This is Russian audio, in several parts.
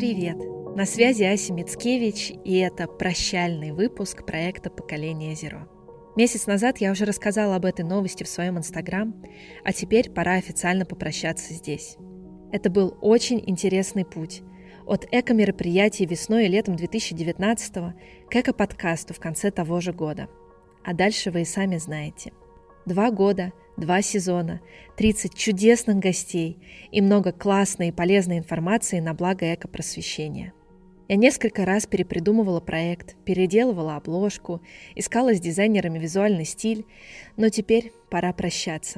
Привет! На связи Ася Мицкевич, и это прощальный выпуск проекта «Поколение Zero». Месяц назад я уже рассказала об этой новости в своем Инстаграм, а теперь пора официально попрощаться здесь. Это был очень интересный путь. От эко-мероприятий весной и летом 2019-го к эко-подкасту в конце того же года. А дальше вы и сами знаете. 2 года, 2 сезона, 30 чудесных гостей и много классной и полезной информации на благо эко-просвещения. Я несколько раз перепридумывала проект, переделывала обложку, искала с дизайнерами визуальный стиль, но теперь пора прощаться.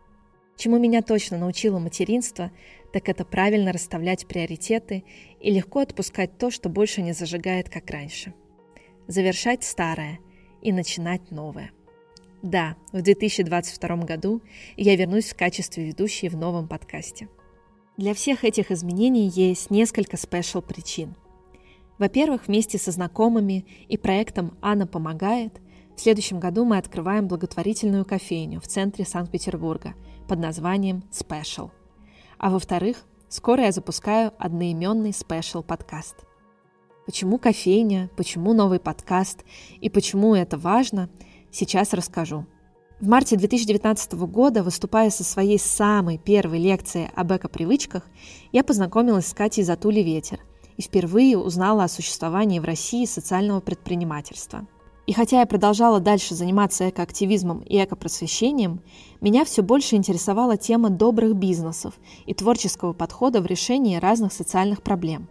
Чему меня точно научило материнство, так это правильно расставлять приоритеты и легко отпускать то, что больше не зажигает, как раньше. Завершать старое и начинать новое. Да, в 2022 году я вернусь в качестве ведущей в новом подкасте. Для всех этих изменений есть несколько спешл-причин. Во-первых, вместе со знакомыми и проектом «Анна помогает» в следующем году мы открываем благотворительную кофейню в центре Санкт-Петербурга под названием «Special». А во-вторых, скоро я запускаю одноименный спешл-подкаст. Почему кофейня, почему новый подкаст и почему это важно – сейчас расскажу. В марте 2019 года, выступая со своей самой первой лекцией об эко-привычках, я познакомилась с Катей Затули-Ветер и впервые узнала о существовании в России социального предпринимательства. И хотя я продолжала дальше заниматься экоактивизмом и экопросвещением, меня все больше интересовала тема добрых бизнесов и творческого подхода в решении разных социальных проблем.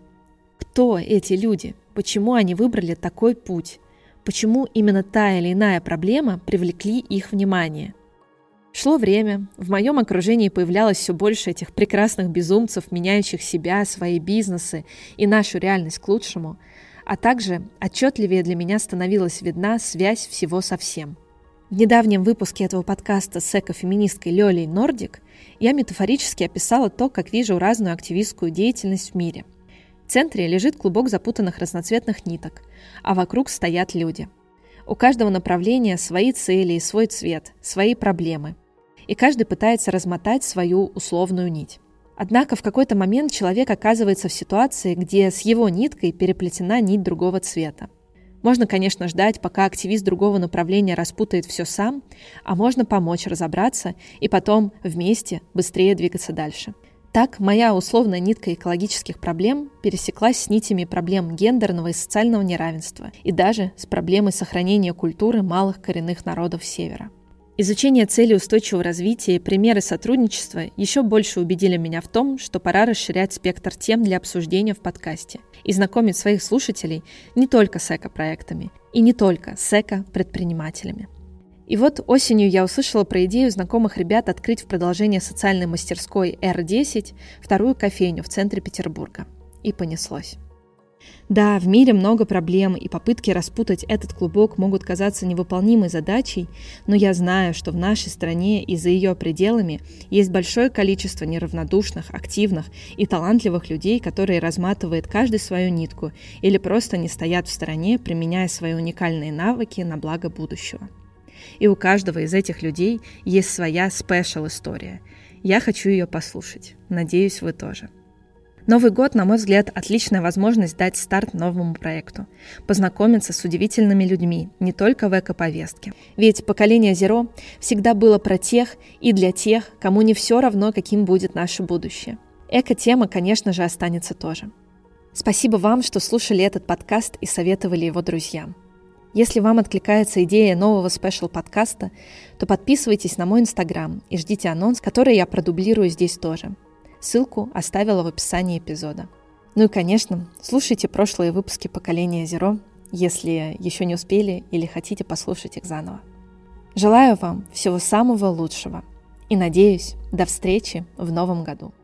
Кто эти люди? Почему они выбрали такой путь? Почему именно та или иная проблема привлекли их внимание? Шло время, в моем окружении появлялось все больше этих прекрасных безумцев, меняющих себя, свои бизнесы и нашу реальность к лучшему, а также отчетливее для меня становилась видна связь всего со всем. В недавнем выпуске этого подкаста с экофеминисткой Лёлей Нордик я метафорически описала то, как вижу разную активистскую деятельность в мире. В центре лежит клубок запутанных разноцветных ниток, а вокруг стоят люди. У каждого направления свои цели и свой цвет, свои проблемы. И каждый пытается размотать свою условную нить. Однако в какой-то момент человек оказывается в ситуации, где с его ниткой переплетена нить другого цвета. Можно, конечно, ждать, пока активист другого направления распутает все сам, а можно помочь разобраться и потом вместе быстрее двигаться дальше. Так, моя условная нитка экологических проблем пересеклась с нитями проблем гендерного и социального неравенства и даже с проблемой сохранения культуры малых коренных народов Севера. Изучение целей устойчивого развития и примеры сотрудничества еще больше убедили меня в том, что пора расширять спектр тем для обсуждения в подкасте и знакомить своих слушателей не только с эко-проектами и не только с эко-предпринимателями. И вот осенью я услышала про идею знакомых ребят открыть в продолжение социальной мастерской R10 вторую кофейню в центре Петербурга. И понеслось. Да, в мире много проблем, и попытки распутать этот клубок могут казаться невыполнимой задачей, но я знаю, что в нашей стране и за ее пределами есть большое количество неравнодушных, активных и талантливых людей, которые разматывают каждый свою нитку или просто не стоят в стороне, применяя свои уникальные навыки на благо будущего. И у каждого из этих людей есть своя спешл-история. Я хочу ее послушать. Надеюсь, вы тоже. Новый год, на мой взгляд, отличная возможность дать старт новому проекту, познакомиться с удивительными людьми, не только в эко-повестке. Ведь поколение Zero всегда было про тех и для тех, кому не все равно, каким будет наше будущее. Эко-тема, конечно же, останется тоже. Спасибо вам, что слушали этот подкаст и советовали его друзьям. Если вам откликается идея нового спешл-подкаста, то подписывайтесь на мой Инстаграм и ждите анонс, который я продублирую здесь тоже. Ссылку оставила в описании эпизода. Ну и, конечно, слушайте прошлые выпуски «Поколения Zero», если еще не успели или хотите послушать их заново. Желаю вам всего самого лучшего и, надеюсь, до встречи в новом году.